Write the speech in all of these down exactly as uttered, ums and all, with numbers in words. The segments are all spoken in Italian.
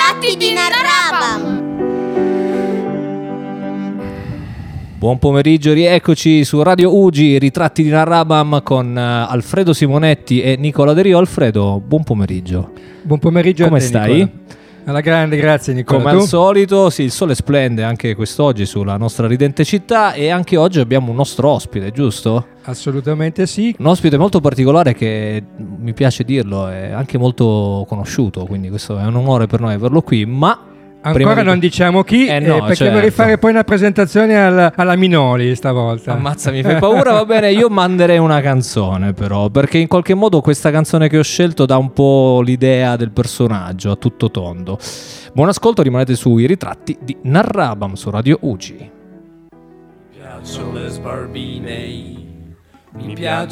Ritratti di Narrabam. Buon pomeriggio, rieccoci su Radio U G I, Ritratti di Narrabam con uh, Alfredo Simonetti e Nicola De Rio. Alfredo, buon pomeriggio. Buon pomeriggio. Come a te, stai? Nicola. Alla grande, grazie Nicola. Come tu? al solito, sì, il sole splende anche quest'oggi sulla nostra ridente città e anche oggi abbiamo un nostro ospite, giusto? Assolutamente sì. Un ospite molto particolare che, mi piace dirlo, è anche molto conosciuto, quindi questo è un onore per noi averlo qui, ma... Ancora di... non diciamo chi, eh no, eh, perché certo. vorrei fare poi una presentazione alla, alla Minoli stavolta. Ammazza, mi fai paura, va bene, io manderei una canzone però, perché in qualche modo questa canzone che ho scelto dà un po' l'idea del personaggio a tutto tondo. Buon ascolto, rimanete sui Ritratti di Narrabam su Radio U G I. Mi piacciono le sbarbine, mi piace.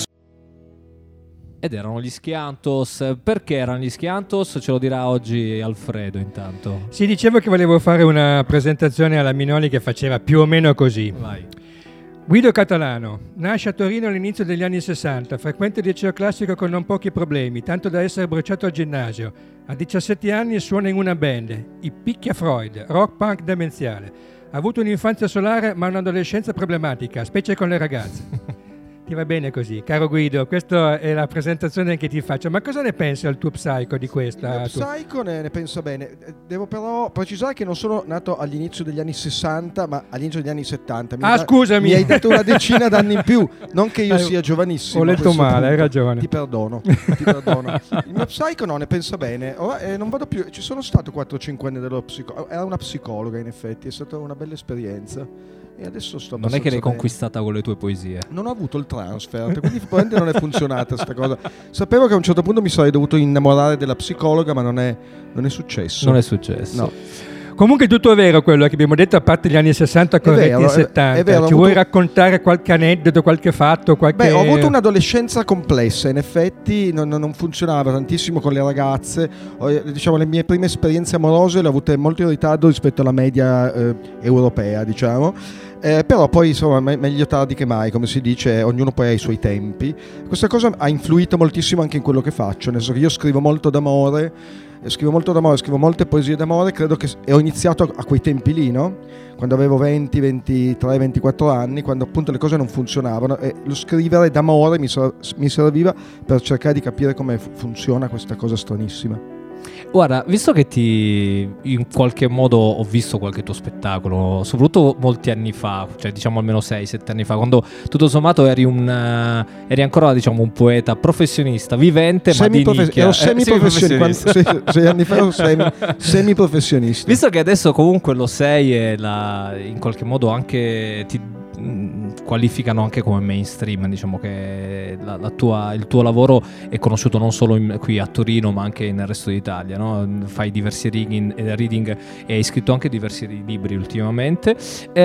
Ed erano gli Schiantos. Perché erano gli Schiantos? Ce lo dirà oggi Alfredo intanto. Sì, dicevo che volevo fare una presentazione alla Minoli che faceva più o meno così. Vai. Guido Catalano nasce a Torino all'inizio degli anni sessanta, frequenta il liceo classico con non pochi problemi, tanto da essere bruciato al ginnasio. A diciassette anni suona in una band, i Picchia Freud, rock punk demenziale. Ha avuto un'infanzia solare ma un'adolescenza problematica, specie con le ragazze. Ti va bene così, caro Guido, questa è la presentazione che ti faccio. Ma cosa ne pensi al tuo Psycho di questa? Il Psycho ne, ne penso bene. Devo però precisare che non sono nato all'inizio degli anni sessanta, ma all'inizio degli anni settanta. Mi ah, da, scusami! Mi hai dato una decina d'anni in più. Non che io sia giovanissimo. Ho letto male, punto. Hai ragione. Ti perdono, ti perdono. Il mio Psycho no, ne penso bene. Ora, eh, non vado più. Ci sono stato quattro cinque anni dello psicologo. Era una psicologa, in effetti, è stata una bella esperienza. E adesso sto non è che l'hai bene. conquistata con le tue poesie. Non ho avuto il transfer, quindi probabilmente non è funzionata sta cosa. Sapevo che a un certo punto mi sarei dovuto innamorare della psicologa, ma non è, non è successo. Non è successo. No. Comunque tutto è vero quello che abbiamo detto, a parte gli anni sessanta corretti vero, e settanta. è vero, Ci avuto... vuoi raccontare qualche aneddoto, qualche fatto? Qualche... Beh, ho avuto un'adolescenza complessa, in effetti non, non funzionava tantissimo con le ragazze. Ho, diciamo, le mie prime esperienze amorose le ho avute molto in ritardo rispetto alla media eh, europea, diciamo. Eh, però poi insomma me- meglio tardi che mai, come si dice, ognuno poi ha i suoi tempi. Questa cosa ha influito moltissimo anche in quello che faccio, nel senso che io scrivo molto d'amore, eh, scrivo molto d'amore, scrivo molte poesie d'amore, credo che e ho iniziato a, a quei tempi lì, no? Quando avevo venti, ventitré, ventiquattro anni, quando appunto le cose non funzionavano e lo scrivere d'amore mi, ser- mi serviva per cercare di capire come f- funziona questa cosa stranissima. Guarda, visto che ti in qualche modo ho visto qualche tuo spettacolo, soprattutto molti anni fa, cioè diciamo almeno sei sette anni fa, quando tutto sommato eri un uh, eri ancora diciamo un poeta professionista, vivente, Semi ma di nicchia. Ero semiprofessionista, sei, sei anni fa ero semi, semiprofessionista. Visto che adesso comunque lo sei e la, in qualche modo anche ti mh, qualificano anche come mainstream, diciamo che la, la tua, il tuo lavoro è conosciuto non solo in, qui a Torino ma anche nel resto d'Italia, no? Fai diversi reading, reading e hai scritto anche diversi libri ultimamente.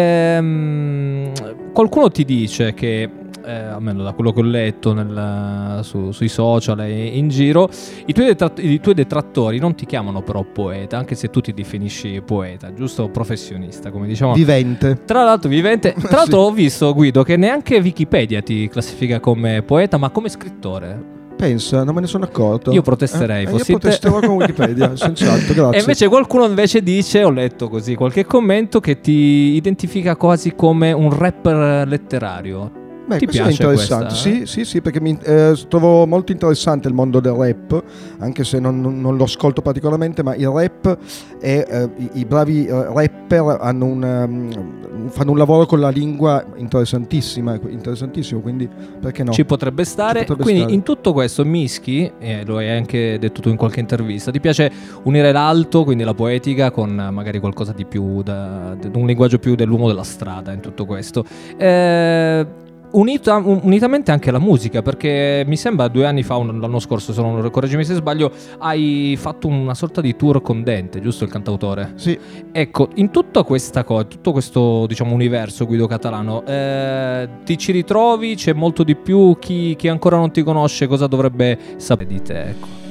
Ehm, qualcuno ti dice che eh, almeno da quello che ho letto nel, su, sui social e in giro, i tuoi, detrat- i tuoi detrattori non ti chiamano però poeta, anche se tu ti definisci poeta, giusto? Professionista, come diciamo. Vivente. Tra l'altro vivente. Tra l'altro Sì. Ho visto, Guido, che neanche Wikipedia ti classifica come poeta, ma come scrittore. Pensa, non me ne sono accorto. Io protesterei, eh, fossi Io te. protesterò con Wikipedia, senz'altro, grazie. E invece qualcuno invece dice, ho letto così qualche commento, che ti identifica quasi come un rapper letterario. Beh, Ti questo piace è interessante, questa? sì, sì, sì, perché mi, eh, trovo molto interessante il mondo del rap, anche se non, non, non lo ascolto particolarmente, ma il rap e eh, i, i bravi eh, rapper hanno un, um, fanno un lavoro con la lingua interessantissima, interessantissimo, quindi perché no? Ci potrebbe stare. Ci potrebbe Quindi stare. in tutto questo mischi, e lo hai anche detto tu in qualche intervista, ti piace unire l'alto, quindi la poetica, con magari qualcosa di più, da, un linguaggio più dell'uomo della strada in tutto questo. Eh... Unita, unitamente anche la musica, perché mi sembra due anni fa, un, l'anno scorso, se non correggimi se sbaglio, hai fatto una sorta di tour con Dente, giusto, il cantautore? Sì. Ecco, in tutta questa cosa, tutto questo diciamo universo Guido Catalano, eh, ti ci ritrovi? C'è molto di più? Chi, chi ancora non ti conosce cosa dovrebbe sapere di te? Ecco.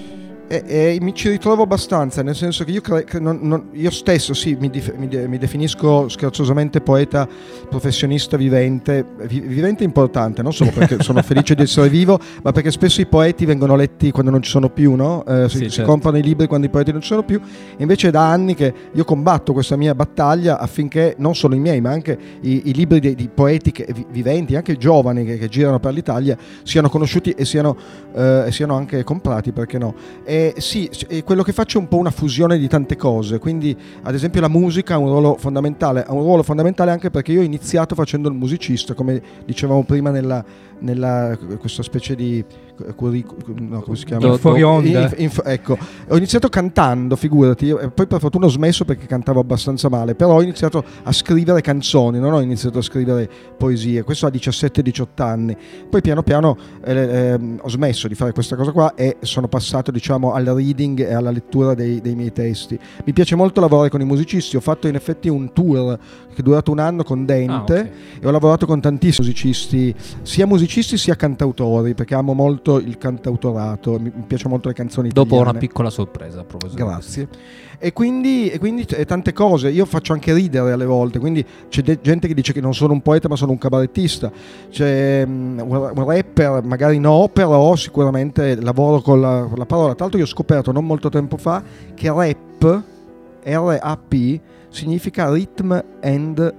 E, e mi ci ritrovo abbastanza, nel senso che io, cre- che non, non, io stesso sì, mi, dif- mi, de- mi definisco scherzosamente poeta professionista vivente, vi- vivente importante, non solo perché sono felice di essere vivo, ma perché spesso i poeti vengono letti quando non ci sono più, no? Eh, si, Sì, si certo. comprano i libri quando i poeti non ci sono più, e invece è da anni che io combatto questa mia battaglia affinché non solo i miei, ma anche i, i libri di, di poeti che, vi- viventi, anche giovani che, che girano per l'Italia, siano conosciuti e siano, eh, e siano anche comprati, perché no? E Eh, sì, quello che faccio è un po' una fusione di tante cose, quindi ad esempio la musica ha un ruolo fondamentale, ha un ruolo fondamentale anche perché io ho iniziato facendo il musicista, come dicevamo prima nella, nella questa specie di curriculum, no, come si chiama? Fuori onda. In, in, ecco, ho iniziato cantando, figurati, e poi per fortuna ho smesso perché cantavo abbastanza male, però ho iniziato a scrivere canzoni, non ho iniziato a scrivere poesie, questo a diciassette diciotto anni, poi piano piano eh, eh, ho smesso di fare questa cosa qua e sono passato, diciamo, al reading e alla lettura dei, dei miei testi. Mi piace molto lavorare con i musicisti, ho fatto in effetti un tour che è durato un anno con Dente. Ah, okay. E ho lavorato con tantissimi musicisti, sia musicisti sia cantautori, perché amo molto il cantautorato, mi, mi piacciono molto le canzoni italiane. Dopo una piccola sorpresa a proposito. Grazie. E quindi, e quindi e tante cose, io faccio anche ridere alle volte, quindi c'è de- gente che dice che non sono un poeta ma sono un cabarettista, c'è um, un rapper, magari no, però sicuramente lavoro con la, con la parola. Tra l'altro io ho scoperto non molto tempo fa che rap, R A P, significa Rhythm and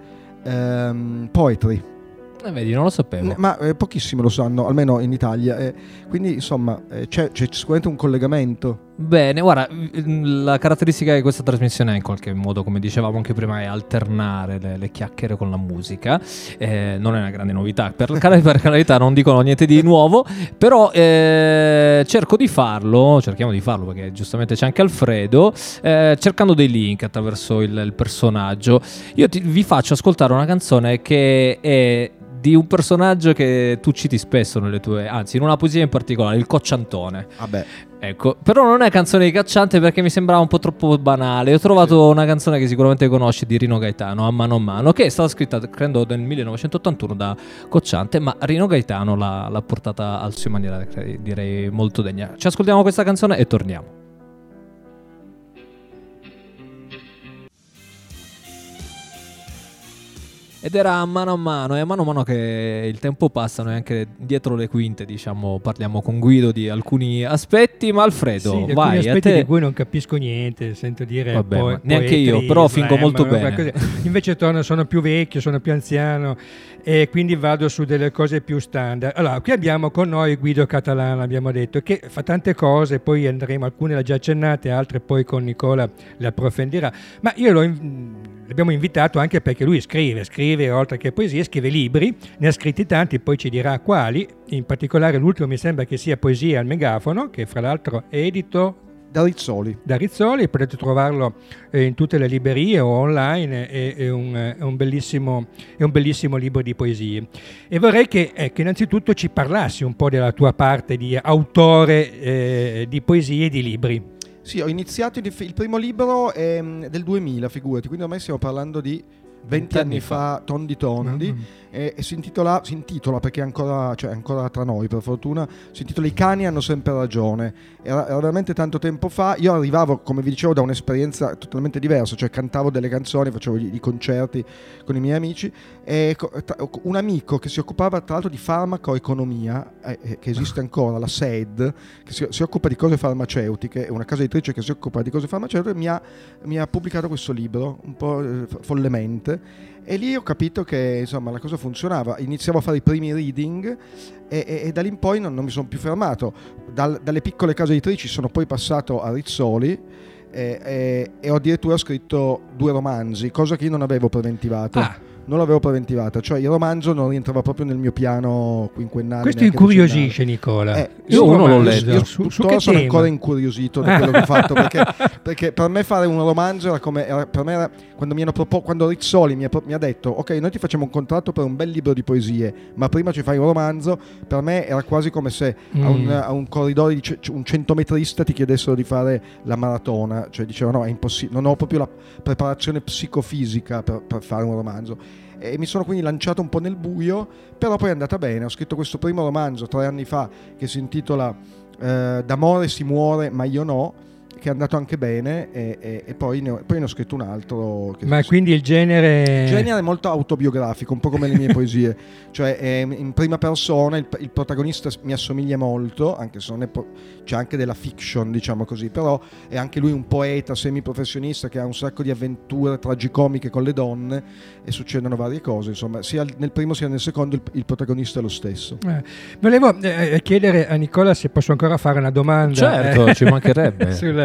um, Poetry. Eh, vedi, non lo sapevo. Ma eh, pochissimi lo sanno, almeno in Italia, eh, quindi insomma eh, c'è, c'è sicuramente un collegamento. Bene, guarda, la caratteristica di questa trasmissione è in qualche modo, come dicevamo anche prima, è alternare le, le chiacchiere con la musica. Eh, non è una grande novità, per, per carità non dicono niente di nuovo, però eh, cerco di farlo, cerchiamo di farlo perché giustamente c'è anche Alfredo, eh, cercando dei link attraverso il, il personaggio. Io ti, vi faccio ascoltare una canzone che è di un personaggio che tu citi spesso nelle tue, anzi in una poesia in particolare, il Cocciantone. Vabbè. Ecco, però non è canzone di Cacciante perché mi sembrava un po' troppo banale. Ho trovato sì. una canzone che sicuramente conosci di Rino Gaetano, A mano a mano, che è stata scritta credo nel millenovecentottantuno da Cocciante, ma Rino Gaetano l'ha, l'ha portata al suo in maniera direi molto degna. Ci ascoltiamo questa canzone e torniamo. Ed era a mano a mano, e a mano a mano che il tempo passa, noi anche dietro le quinte, diciamo, parliamo con Guido di alcuni aspetti, ma Alfredo, sì, di vai, alcuni aspetti a te. di cui non capisco niente, sento dire Vabbè, po- ma neanche io, però fingo molto bene. Invece torno, sono più vecchio, sono più anziano e quindi vado su delle cose più standard. Allora, qui abbiamo con noi Guido Catalano, abbiamo detto, che fa tante cose, poi andremo, alcune le ha già accennate, altre poi con Nicola le approfondirà, ma io l'ho l'abbiamo invitato anche perché lui scrive, scrive oltre che poesie, scrive libri, ne ha scritti tanti, poi ci dirà quali, in particolare l'ultimo mi sembra che sia Poesia al megafono, che fra l'altro è edito da Rizzoli. Da Rizzoli, potete trovarlo eh, in tutte le librerie o online, è, è, un, è, un bellissimo, è un bellissimo libro di poesie. E vorrei che, eh, che innanzitutto ci parlassi un po' della tua parte di autore eh, di poesie e di libri. Sì, ho iniziato il, il primo libro è del duemila, figurati, quindi ormai stiamo parlando di venti anni fa, tondi tondi, mm-hmm. e, e si, intitola, si intitola perché è ancora, cioè, è ancora tra noi per fortuna, si intitola I cani hanno sempre ragione. Era, era veramente tanto tempo fa. Io arrivavo, come vi dicevo, da un'esperienza totalmente diversa, cioè cantavo delle canzoni, facevo i, i concerti con i miei amici, e un amico che si occupava tra l'altro di farmacoeconomia, eh, che esiste ancora, la S E D, che si, si occupa di cose farmaceutiche, è una casa editrice che si occupa di cose farmaceutiche, mi ha, mi ha pubblicato questo libro un po' eh, follemente. E lì ho capito che insomma la cosa funzionava, iniziavo a fare i primi reading e, e, e da lì in poi non, non mi sono più fermato. Dal, dalle piccole case editrici sono poi passato a Rizzoli e, e, e ho addirittura scritto due romanzi, cosa che io non avevo preventivato. Ah. Non l'avevo preventivata, cioè il romanzo non rientrava proprio nel mio piano quinquennale. Questo incuriosisce, Nicola. Eh, io uno l'ho letto. Io su, su tuttora sono tema? ancora incuriosito da quello che ho fatto, perché, perché per me fare un romanzo era come era, per me era, quando mi hanno proposto, quando Rizzoli mi ha, mi ha detto ok, noi ti facciamo un contratto per un bel libro di poesie, ma prima ci fai un romanzo, per me era quasi come se mm. a, un, a un corridoio di c- un centometrista ti chiedessero di fare la maratona, cioè dicevano no, è impossibile, non ho proprio la preparazione psicofisica per, per fare un romanzo. E mi sono quindi lanciato un po' nel buio, però poi è andata bene. Ho scritto questo primo romanzo tre anni fa che si intitola eh, D'amore si muore ma io no, che è andato anche bene, e, e, e poi, ne ho, poi ne ho scritto un altro che ma quindi il genere il genere è molto autobiografico, un po' come le mie poesie, cioè è in prima persona, il, il protagonista mi assomiglia molto, anche se non è po- c'è anche della fiction, diciamo così, però è anche lui un poeta semiprofessionista che ha un sacco di avventure tragicomiche con le donne e succedono varie cose, insomma sia nel primo sia nel secondo il, il protagonista è lo stesso. eh, volevo eh, chiedere a Nicola se posso ancora fare una domanda. Certo, eh, ci mancherebbe. sul,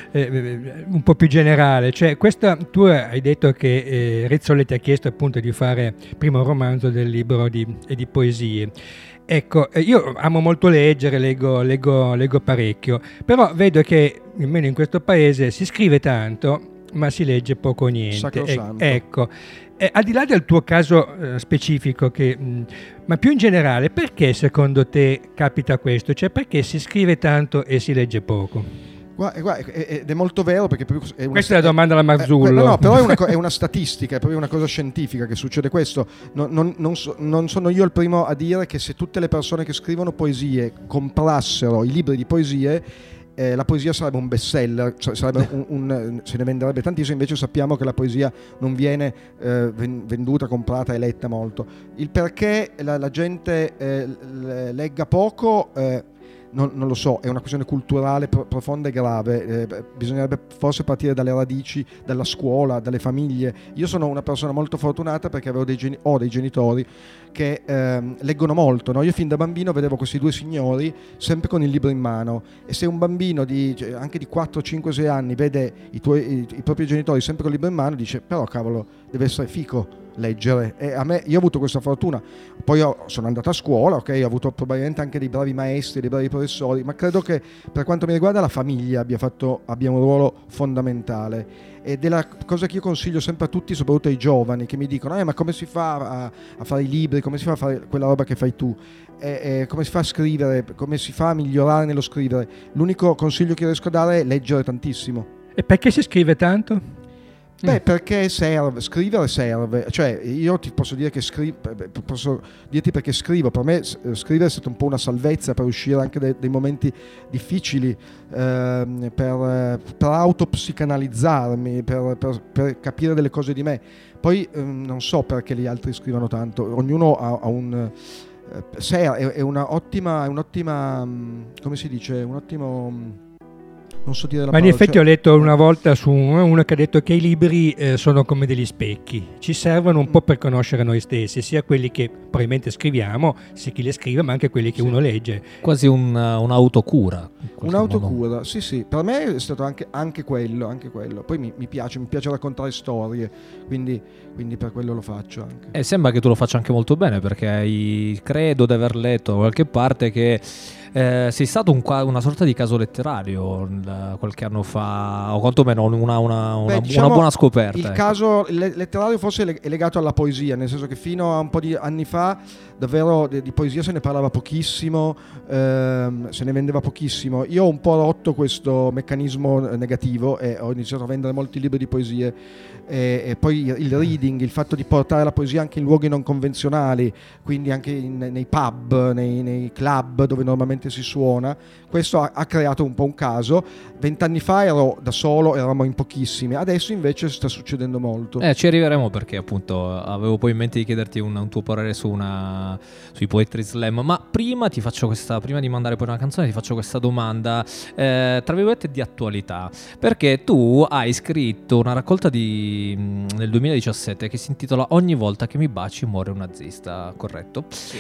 eh, un po' più generale, cioè questa, tu hai detto che eh, Rizzoli ti ha chiesto appunto di fare il primo romanzo del libro di, e di poesie. Ecco, eh, io amo molto leggere, leggo, leggo, leggo parecchio, però vedo che almeno in questo paese si scrive tanto ma si legge poco o niente. Sacrosanto. E, ecco, eh, al di là del tuo caso eh, specifico, che, mh, ma più in generale, perché secondo te capita questo? Cioè perché si scrive tanto e si legge poco? Guarda, guarda, ed è molto vero perché proprio è una, questa è la domanda alla Marzullo. Eh, no, no, però è una, è una statistica, è proprio una cosa scientifica che succede questo. Non, non, non, so, non sono io il primo a dire che se tutte le persone che scrivono poesie comprassero i libri di poesie, eh, la poesia sarebbe un bestseller, cioè sarebbe un, un, se ne venderebbe tantissimo. Invece sappiamo che la poesia non viene eh, venduta, comprata e letta molto. Il perché la, la gente eh, legga poco eh, Non, non lo so, è una questione culturale pro- profonda e grave, eh, bisognerebbe forse partire dalle radici, dalla scuola, dalle famiglie. Io sono una persona molto fortunata perché avevo dei geni- ho dei genitori che ehm, leggono molto, no? Io fin da bambino vedevo questi due signori sempre con il libro in mano, e se un bambino di, cioè, anche di quattro, cinque, sei anni vede i, tuoi, i, i propri genitori sempre con il libro in mano, dice però cavolo, deve essere fico leggere. E a me, io ho avuto questa fortuna, poi ho, sono andato a scuola, ok, ho avuto probabilmente anche dei bravi maestri, dei bravi professori, ma credo che per quanto mi riguarda la famiglia abbia fatto abbia un ruolo fondamentale, ed è la cosa che io consiglio sempre a tutti, soprattutto ai giovani che mi dicono eh, ma come si fa a, a fare i libri, come si fa a fare quella roba che fai tu, e, e come si fa a scrivere, come si fa a migliorare nello scrivere. L'unico consiglio che riesco a dare è leggere tantissimo. E perché si scrive tanto? Beh, perché serve, scrivere serve, cioè io ti posso dire che scrivo, posso dirti perché scrivo, per me scrivere è stata un po' una salvezza per uscire anche dai, dai momenti difficili, ehm, per, per autopsicanalizzarmi, per, per, per capire delle cose di me. Poi ehm, non so perché gli altri scrivono tanto, ognuno ha, ha un... Eh, è, è una ottima, è un'ottima, come si dice, un ottimo... non so dire la Ma in parola, effetti cioè... ho letto una volta su uno che ha detto che i libri eh, sono come degli specchi, ci servono un po' per conoscere noi stessi, sia quelli che probabilmente scriviamo, sia chi li scrive, ma anche quelli che sì. uno legge. Quasi un, un'autocura. Un'autocura, modo. sì sì, per me è stato anche, anche quello, anche quello. Poi mi, mi piace, mi piace raccontare storie, quindi, quindi per quello lo faccio anche. E sembra che tu lo faccia anche molto bene, perché hai, credo di aver letto da qualche parte che eh, sei stato un, una sorta di caso letterario l, qualche anno fa, o quantomeno una, una, una, Beh, diciamo, una buona scoperta. Il ecco. caso letterario forse è legato alla poesia, nel senso che fino a un po' di anni fa davvero di, di poesia se ne parlava pochissimo, ehm, se ne vendeva pochissimo. Io ho un po' rotto questo meccanismo negativo e ho iniziato a vendere molti libri di poesie, e, e poi il reading, il fatto di portare la poesia anche in luoghi non convenzionali, quindi anche in, nei pub, nei, nei club dove normalmente si suona. Questo ha, ha creato un po' un caso. Vent'anni fa ero da solo, eravamo in pochissimi, adesso invece sta succedendo molto. Eh, ci arriveremo, perché appunto avevo poi in mente di chiederti un, un tuo parere su una, sui poetry slam, ma prima ti faccio questa, prima di mandare poi una canzone ti faccio questa domanda eh, tra virgolette di attualità, perché tu hai scritto una raccolta di nel duemiladiciassette che si intitola Ogni volta che mi baci muore un nazista, corretto? Sì.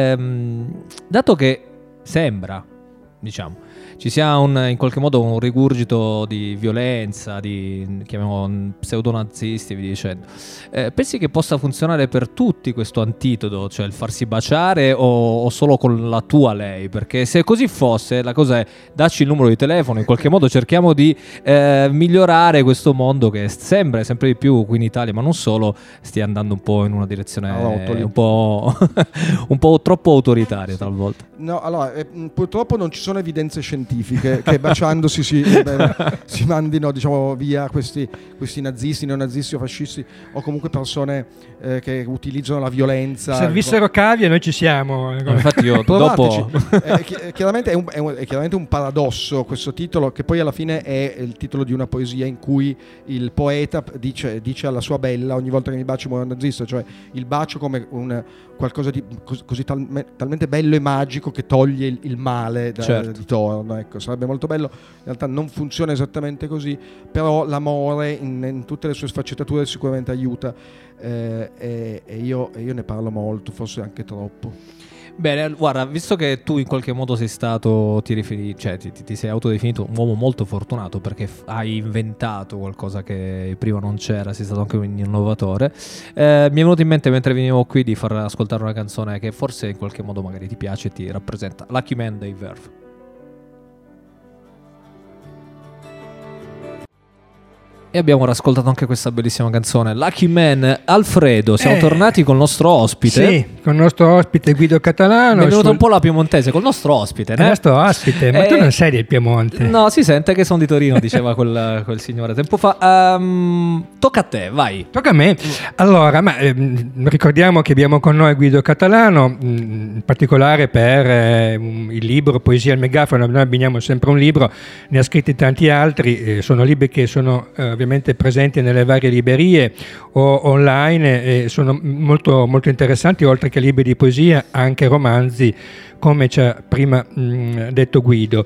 Ehm, dato che sembra, diciamo, ci sia un, in qualche modo un rigurgito di violenza, di chiamiamo pseudonazisti, vi dicendo, eh, pensi che possa funzionare per tutti questo antidoto, cioè il farsi baciare, o, o solo con la tua lei? Perché se così fosse, la cosa è dacci il numero di telefono, in qualche modo cerchiamo di eh, migliorare questo mondo che sembra sempre di più qui in Italia, ma non solo, stia andando un po' in una direzione Rotoli. un po' un po' troppo autoritaria talvolta. No, allora, eh, purtroppo non ci sono evidenze scientifiche scientifiche che baciandosi si, beh, si mandino, diciamo, via questi, questi nazisti, neonazisti o fascisti o comunque persone eh, che utilizzano la violenza. Servissero cavi e noi ci siamo. Infatti io dopo eh, chi- chiaramente è, un, è, un, è chiaramente un paradosso questo titolo, che poi alla fine è il titolo di una poesia in cui il poeta dice, dice alla sua bella: ogni volta che mi baci muore un nazista, cioè il bacio come un qualcosa di cos- così talme- talmente bello e magico che toglie il, il male da, certo. di torno. Ecco, sarebbe molto bello. In realtà non funziona esattamente così, però l'amore in, in tutte le sue sfaccettature sicuramente aiuta, eh, e, e io, e io ne parlo molto, forse anche troppo. Bene, guarda, visto che tu in qualche modo sei stato, ti riferi, cioè ti, ti sei autodefinito un uomo molto fortunato perché f- hai inventato qualcosa che prima non c'era, sei stato anche un innovatore, eh, mi è venuto in mente mentre venivo qui di far ascoltare una canzone che forse in qualche modo magari ti piace e ti rappresenta, Lucky Man dei Verve. E abbiamo ascoltato anche questa bellissima canzone, Lucky Man. Alfredo, siamo Eh, tornati col nostro ospite. Sì, con il nostro ospite Guido Catalano. Mi è venuta sul- un po' la piemontese col nostro ospite, Il né? nostro ospite, ma Eh, tu non sei del Piemonte. No, si sente che sono di Torino, diceva quel, quel signore tempo fa. Ehm, tocca a te, vai. Tocca a me. Allora, ma, ehm, ricordiamo che abbiamo con noi Guido Catalano, mh, in particolare per eh, un- il libro Poesia al megafono. Noi abbiniamo sempre un libro, ne ha scritti tanti altri, eh, sono libri che sono eh, ovviamente presenti nelle varie librerie o online, e sono molto, molto interessanti, oltre che libri di poesia, anche romanzi, come ci ha prima mh, detto Guido.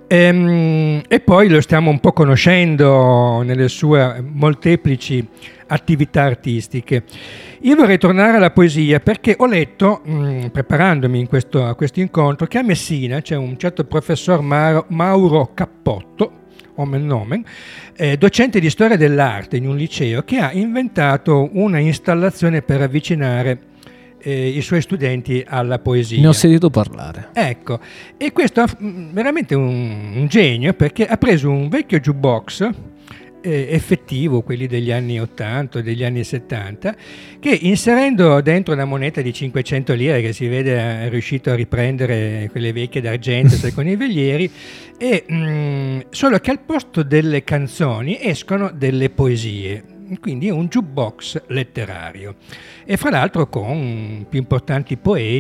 Ehm, E, poi lo stiamo un po' conoscendo nelle sue molteplici attività artistiche. Io vorrei tornare alla poesia perché ho letto, mh, preparandomi in questo, a questo incontro, che a Messina c'è un certo professor Mauro, Mauro Cappotto, omen nomen, eh, docente di storia dell'arte in un liceo, che ha inventato una installazione per avvicinare eh, i suoi studenti alla poesia. Ne ho sentito parlare. Ecco, e questo è veramente un, un genio, perché ha preso un vecchio jukebox eh, effettivo, quelli degli anni ottanta, degli anni settanta, che inserendo dentro una moneta di cinquecento lire, che si vede è riuscito a riprendere quelle vecchie d'argento sai, con i velieri, e mh, solo che al posto delle canzoni escono delle poesie. Quindi è un jukebox letterario, e fra l'altro con più importanti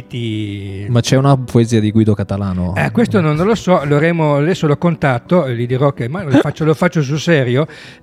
poeti. Ma c'è una poesia di Guido Catalano? Eh, questo non lo so, lo avremo, adesso lo contatto, gli dirò che ma lo faccio, lo faccio sul serio.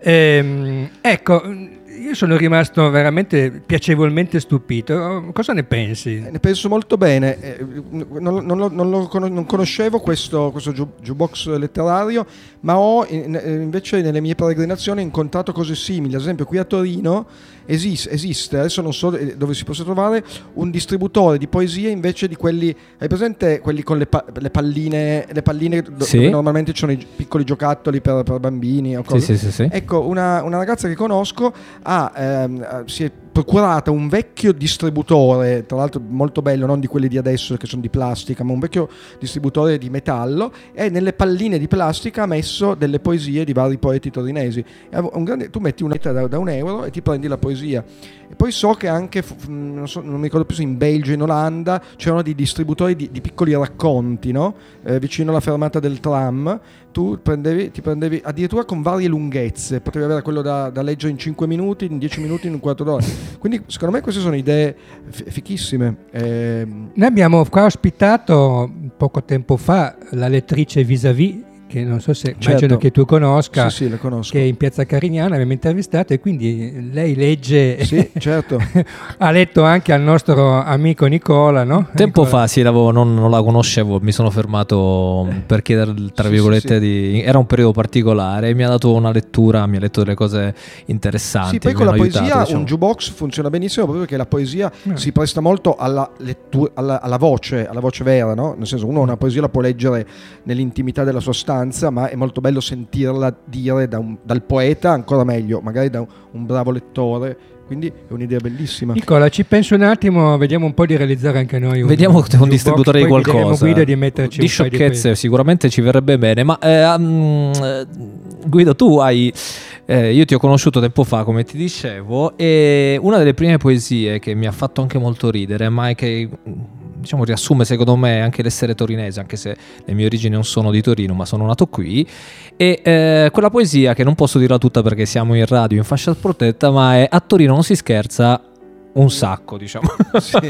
Ehm, ecco, io sono rimasto veramente piacevolmente stupito. Cosa ne pensi? Ne penso molto bene. Eh, non, non lo, non lo conos- non conoscevo questo, questo ju- jukebox letterario, ma ho in- invece nelle mie peregrinazioni incontrato cose simili. Ad esempio qui a Torino esiste, esiste adesso non so dove si possa trovare, un distributore di poesie invece di quelli, hai presente quelli con le, pa- le palline, le palline do- Sì. dove normalmente ci sono i piccoli giocattoli per, per bambini o cose. Sì, sì, sì, sì. Ecco, una, una ragazza che conosco ha, ehm, si è procurata un vecchio distributore, tra l'altro molto bello, non di quelli di adesso che sono di plastica, ma un vecchio distributore di metallo, e nelle palline di plastica ha messo delle poesie di vari poeti torinesi. È un grande, tu metti una da, da un euro e ti prendi la poesia. E poi so che anche, non, so, non mi ricordo più se in Belgio e in Olanda c'erano dei distributori di, di piccoli racconti, no? Eh, vicino alla fermata del tram. Tu prendevi, ti prendevi addirittura con varie lunghezze, potevi avere quello da, da leggere in cinque minuti, in dieci minuti, in un quarto d'ora. Quindi secondo me queste sono idee f- fichissime. Eh, Noi abbiamo qua ospitato poco tempo fa la lettrice Vis-a-Vis, che non so se, Certo. immagino che tu conosca, sì, sì, la conosco. che è in Piazza Carignana, abbiamo intervistato, e quindi lei legge, Sì, certo. ha letto anche al nostro amico Nicola, no? Tempo Nicola. fa sì, l'avevo- non, non la conoscevo, mi sono fermato per chiedere, tra Sì, virgolette, sì, di... era un periodo particolare e mi ha dato una lettura, mi ha letto delle cose interessanti. Sì, poi mi con la hanno poesia aiutato, diciamo. un jukebox funziona benissimo proprio perché la poesia Eh. si presta molto alla, lettura, alla, alla voce, alla voce vera, no? Nel senso, uno una poesia la può leggere nell'intimità della sua stanza, ma è molto bello sentirla dire da un- dal poeta, ancora meglio, magari da un, un bravo lettore. Quindi è un'idea bellissima. Nicola, ci penso un attimo, vediamo un po' di realizzare anche noi un, Vediamo un jukebox, distributore di poi chiederemo a qualcosa. Guido di metterci Di un paio sciocchezze quelle. sicuramente ci verrebbe bene, ma eh, um, eh, Guido, tu hai eh, io ti ho conosciuto tempo fa, come ti dicevo, e una delle prime poesie che mi ha fatto anche molto ridere, ma è che diciamo riassume secondo me anche l'essere torinese, anche se le mie origini non sono di Torino ma sono nato qui, e eh, quella poesia che non posso dirla tutta perché siamo in radio in fascia protetta, ma è: a Torino non si scherza un sacco, diciamo. Sì.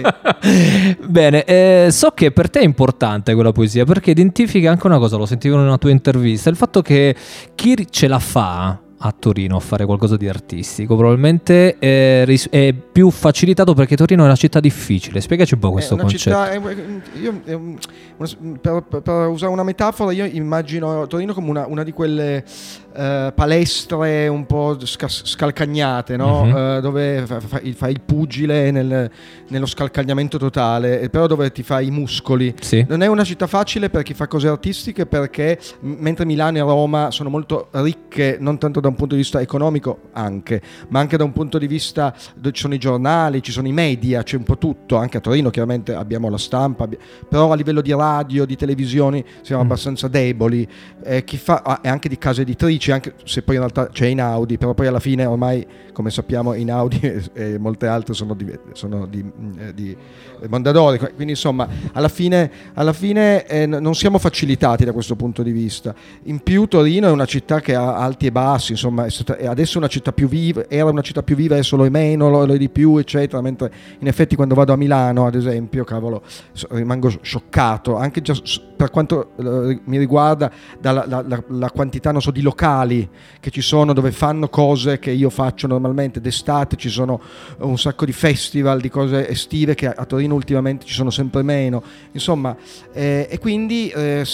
Bene, eh, so che per te è importante quella poesia perché identifica anche una cosa, lo sentivo in una tua intervista, il fatto che chi ce la fa a Torino a fare qualcosa di artistico probabilmente è, è più facilitato perché Torino è una città difficile. Spiegaci un po' questo è una concetto. Città, è, io, è un, per, per usare una metafora, io immagino Torino come una, una di quelle uh, palestre un po' sca- scalcagnate, no? Uh-huh. uh, dove fai fa, fa il pugile nel, nello scalcagnamento totale, però dove ti fai i muscoli. Sì. Non è una città facile per chi fa cose artistiche, perché m- mentre Milano e Roma sono molto ricche, non tanto da un punto di vista economico anche, ma anche da un punto di vista dove ci sono i giornali, ci sono i media, c'è un po' tutto. Anche a Torino chiaramente abbiamo la stampa, abbi- però a livello di radio, di televisioni siamo mm. abbastanza deboli, eh, chi fa, ah, e anche di case editrici, anche se poi in realtà c'è Einaudi, però poi alla fine ormai, come sappiamo, Einaudi e, e molte altre sono di, sono di, eh, di Mondadori, quindi insomma alla fine, alla fine eh, non siamo facilitati da questo punto di vista. In più Torino è una città che ha alti e bassi, insomma, è stata, adesso è una città più viva, era una città più viva, adesso lo è meno, lo è di più, eccetera, mentre in effetti quando vado a Milano, ad esempio, cavolo, rimango scioccato, anche già per quanto eh, mi riguarda, dalla la, la, la quantità, non so, di locali che ci sono dove fanno cose che io faccio normalmente. D'estate ci sono un sacco di festival, di cose estive che a Torino ultimamente ci sono sempre meno, insomma, eh, e quindi eh,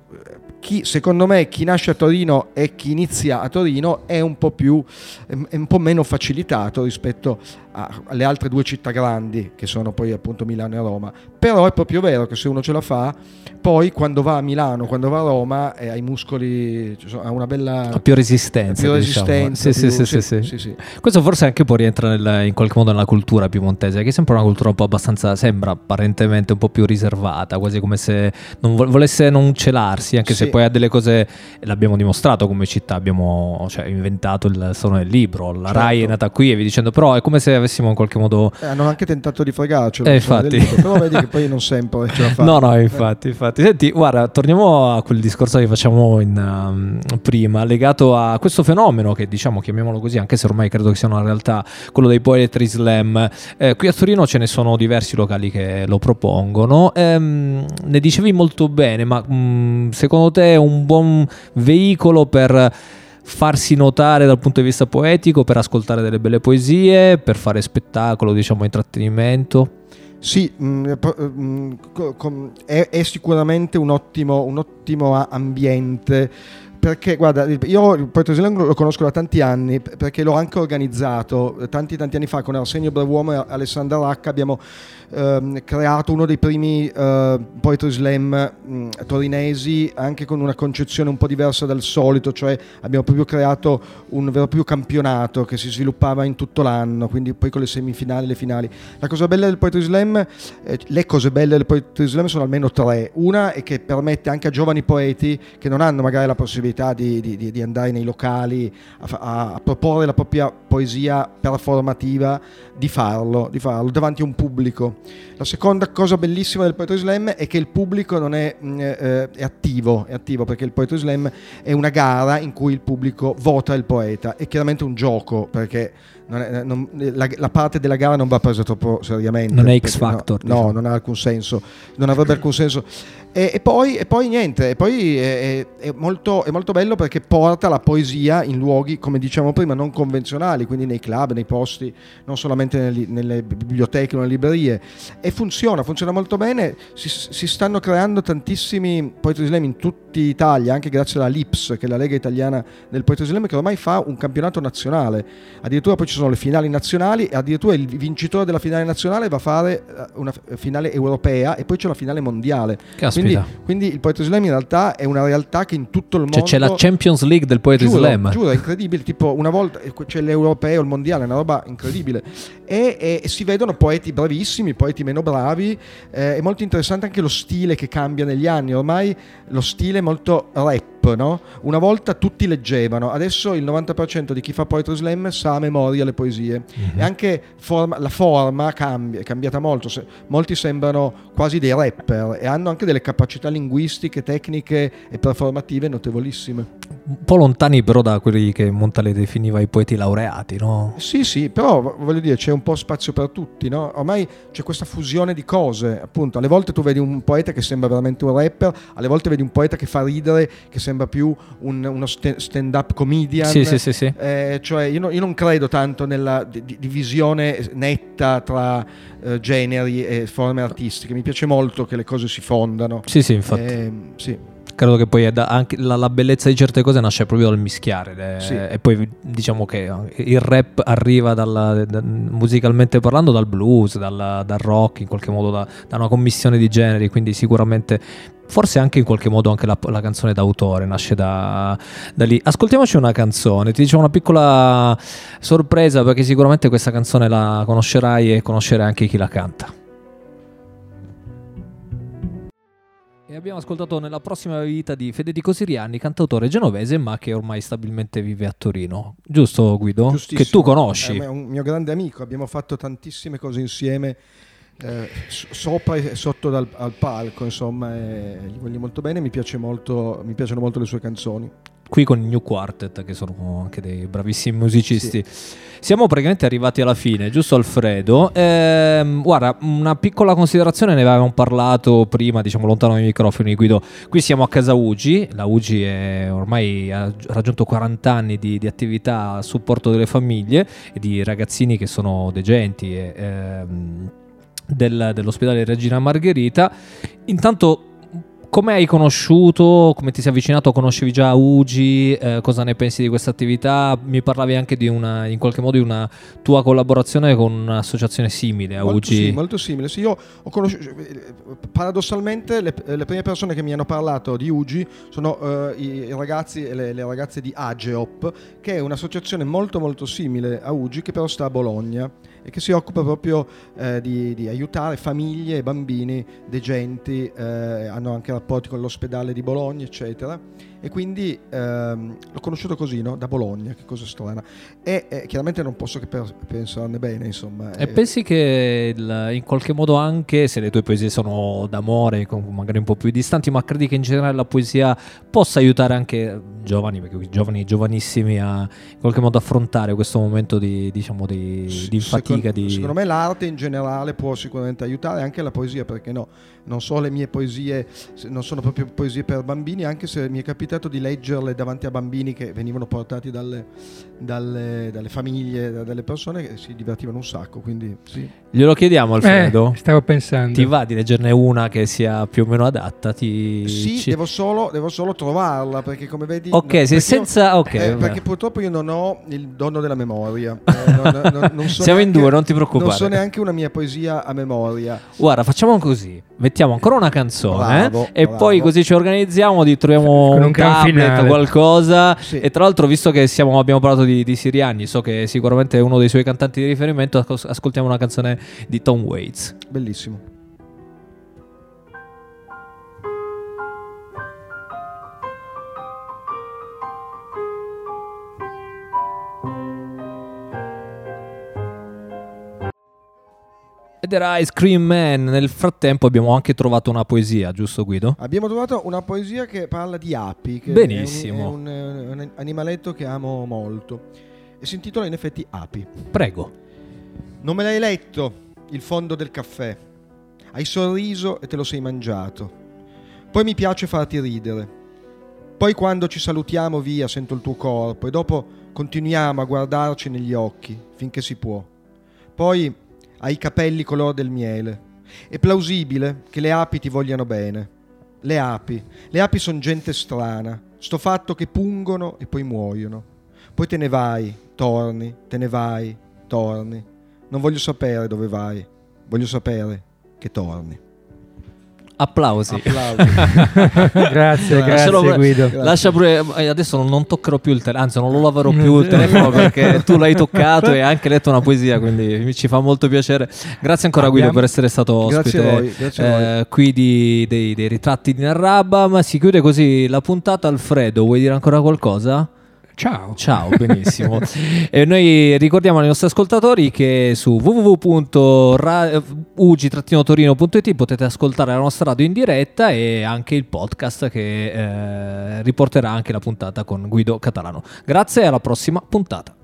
chi, secondo me, chi nasce a Torino e chi inizia a Torino è un po' più, è un po' meno facilitato rispetto a, alle altre due città grandi che sono poi appunto Milano e Roma. Però è proprio vero che se uno ce la fa, poi quando va a Milano, quando va a Roma, eh, ha i muscoli, cioè, ha una bella, ha più resistenza, più diciamo. resistenza, sì, più, sì, sì, sì, sì, sì, sì. Questo forse anche può rientrare nel, in qualche modo nella cultura piemontese, che è sempre una cultura un po' abbastanza, sembra apparentemente un po' più riservata, quasi come se non volesse non celarsi, anche sì. se poi ha delle cose, l'abbiamo dimostrato come città, abbiamo, cioè, inventato il suono del libro, la certo. Rai è nata qui e vi dicendo, però è come se avessimo in qualche modo eh, hanno anche tentato di fregarcelo, eh, infatti. libro, però vedi che poi non sempre ce la fa. No, no, infatti, infatti. Senti, guarda, torniamo a quel discorso che facciamo in, um, prima, legato a questo fenomeno che, diciamo, chiamiamolo così, anche se ormai credo che sia una realtà, quello dei Poetry Slam. Eh, qui a Torino ce ne sono diversi locali che lo propongono. Ehm, ne dicevi molto bene, ma mh, secondo te è un buon veicolo per farsi notare dal punto di vista poetico, per ascoltare delle belle poesie, per fare spettacolo, diciamo, intrattenimento? Sì, mh, mh, com, è, è sicuramente un ottimo, un ottimo ambiente, perché guarda, io il Poetry Slam lo conosco da tanti anni, perché l'ho anche organizzato tanti tanti anni fa con Arsenio Bravuomo e Alessandra Racca. Abbiamo ehm, creato uno dei primi eh, Poetry Slam mh, torinesi, anche con una concezione un po' diversa dal solito, cioè abbiamo proprio creato un vero e proprio campionato che si sviluppava in tutto l'anno, quindi poi con le semifinali e le finali. La cosa bella del Poetry Slam, eh, le cose belle del Poetry Slam sono almeno tre. Una è che permette anche a giovani poeti che non hanno magari la possibilità Di, di, di andare nei locali a, a, a proporre la propria poesia performativa, di farlo, di farlo davanti a un pubblico. La seconda cosa bellissima del Poetry Slam è che il pubblico non è, eh, è attivo, è attivo perché il Poetry Slam è una gara in cui il pubblico vota il poeta. È chiaramente un gioco, perché non è, non, la, la parte della gara non va presa troppo seriamente. Non è X Factor. No, no, non ha alcun senso, non avrebbe alcun senso. E, e, poi, e poi niente, e poi è, è, molto, è molto bello perché porta la poesia in luoghi, come diciamo prima, non convenzionali, quindi nei club, nei posti, non solamente nelle, nelle biblioteche o nelle librerie, e funziona, funziona molto bene. Si, si stanno creando tantissimi Poetry Slam in tutta Italia, anche grazie alla L I P S, che è la Lega Italiana del Poetry Slam, che ormai fa un campionato nazionale. Addirittura poi ci sono le finali nazionali, e addirittura il vincitore della finale nazionale va a fare una finale europea, e poi c'è la finale mondiale. Caspita. Quindi, quindi il Poetry Slam in realtà è una realtà che in tutto il mondo, cioè c'è la Champions League del Poetry giuro, Slam. Giuro, è incredibile, tipo una volta c'è l'europeo, il mondiale, è una roba incredibile, e, e, e si vedono poeti bravissimi, poeti meno bravi. Eh, è molto interessante anche lo stile che cambia negli anni. Ormai lo stile è molto rap, rap, no? Una volta tutti leggevano, adesso il novanta per cento di chi fa poetry slam sa a memoria le poesie. Mm-hmm. E anche forma, la forma cambia, è cambiata molto. Se, molti sembrano quasi dei rapper e hanno anche delle capacità linguistiche, tecniche e performative notevolissime. Un po' lontani però da quelli che Montale definiva i poeti laureati, no? Sì, sì, però voglio dire, c'è un po' spazio per tutti, no? Ormai c'è questa fusione di cose, appunto. Alle volte tu vedi un poeta che sembra veramente un rapper, alle volte vedi un poeta che fa ridere, che sembra più un, uno stand-up comedian. Sì, sì, sì, sì. Eh, cioè io, no, io non credo tanto nella di- divisione netta tra eh, generi e forme artistiche. Mi piace molto che le cose si fondano. Sì, sì, infatti. Eh, sì. Credo che poi è da, anche la, la bellezza di certe cose nasce proprio dal mischiare le, Sì. E poi diciamo che il rap arriva dalla, da, musicalmente parlando dal blues, dal, dal rock, in qualche modo da, da una commissione di generi, quindi sicuramente forse anche in qualche modo anche la, la canzone d'autore nasce da, da lì. Ascoltiamoci una canzone, ti dicevo una piccola sorpresa perché sicuramente questa canzone la conoscerai e conoscerai anche chi la canta. E abbiamo ascoltato Nella prossima vita di Federico Siriani, cantautore genovese ma che ormai stabilmente vive a Torino. Giusto, Guido? Che tu conosci. È un mio grande amico, abbiamo fatto tantissime cose insieme, eh, sopra e sotto dal, al palco, insomma, e gli voglio molto bene, mi piace molto, mi piacciono molto le sue canzoni. Qui con i New Quartet, che sono anche dei bravissimi musicisti. Sì. Siamo praticamente arrivati alla fine, giusto Alfredo? Ehm, guarda, una piccola considerazione, ne avevamo parlato prima, diciamo lontano dai microfoni, Guido. Qui siamo a casa U G I, la U G I è ormai ha raggiunto quaranta anni di, di attività a supporto delle famiglie e di ragazzini che sono degenti e, ehm, del, dell'ospedale Regina Margherita. Intanto, come hai conosciuto, come ti sei avvicinato, conoscevi già U G I, eh, cosa ne pensi di questa attività? Mi parlavi anche di una, in qualche modo di una tua collaborazione con un'associazione simile a molto U G I. Sì, molto simile. Sì, io ho conosciuto, paradossalmente le, le prime persone che mi hanno parlato di U G I sono uh, i ragazzi e le, le ragazze di Ageop, che è un'associazione molto molto simile a U G I che però sta a Bologna e che si occupa proprio eh, di, di aiutare famiglie e bambini degenti, eh, hanno anche rapporti con l'ospedale di Bologna, eccetera. E quindi ehm, l'ho conosciuto così, no? Da Bologna, che cosa strana. E eh, chiaramente non posso che per, pensarne bene, insomma. E pensi che il, in qualche modo, anche se le tue poesie sono d'amore, magari un po' più distanti, ma credi che in generale la poesia possa aiutare anche giovani, perché giovani giovanissimi a in qualche modo affrontare questo momento di, diciamo, di, di fatica? Secondo, di... secondo me l'arte in generale può sicuramente aiutare, anche la poesia, perché no? Non so, le mie poesie non sono proprio poesie per bambini, anche se mi è capitato di leggerle davanti a bambini che venivano portati dalle, dalle, dalle famiglie, dalle persone che si divertivano un sacco, quindi sì. Glielo chiediamo, Alfredo? Eh, stavo pensando. Ti va di leggerne una che sia più o meno adatta? Ti... Sì, ci... devo, solo, devo solo trovarla, perché come vedi... Ok, no, se senza... Io, okay, eh, perché purtroppo io non ho il dono della memoria. Eh, non, non, non so Siamo neanche, in due, non ti preoccupare. Non so neanche una mia poesia a memoria. Guarda, facciamo così. Mettiamo ancora una canzone bravo, e bravo. poi così ci organizziamo, ti troviamo Con un, un gran tablet, finale. qualcosa. Sì. E tra l'altro, visto che siamo, abbiamo parlato di, di Siriani, so che sicuramente è uno dei suoi cantanti di riferimento, ascol- ascoltiamo una canzone di Tom Waits. Bellissimo. Ed era Ice Cream Man. Nel frattempo abbiamo anche trovato una poesia, giusto Guido? Abbiamo trovato una poesia che parla di api, che Benissimo. è un, è un, un animaletto che amo molto e si intitola in effetti Api. Prego. Non me l'hai letto il fondo del caffè, hai sorriso e te lo sei mangiato, poi mi piace farti ridere, poi quando ci salutiamo via sento il tuo corpo e dopo continuiamo a guardarci negli occhi finché si può, poi hai i capelli color del miele. È plausibile che le api ti vogliano bene. Le api, le api sono gente strana, sto fatto che pungono e poi muoiono. Poi te ne vai, torni, te ne vai, torni. Non voglio sapere dove vai, voglio sapere che torni. Applausi. Applausi. Grazie, Lascialo- grazie Guido. Lascia pure, eh, adesso non, non toccherò più il telefono, anzi non lo lavorò più il telefono perché tu l'hai toccato e hai anche letto una poesia, quindi mi ci fa molto piacere. Grazie ancora Guido Abbiamo- per essere stato Grazie ospite a voi, grazie a voi. eh, qui di- dei, dei ritratti di Narrabam. Si chiude così la puntata. Alfredo, vuoi dire ancora qualcosa? Ciao. Ciao, benissimo. E noi ricordiamo ai nostri ascoltatori che su w w w punto u g torino punto i t potete ascoltare la nostra radio in diretta e anche il podcast che eh, riporterà anche la puntata con Guido Catalano. Grazie e alla prossima puntata.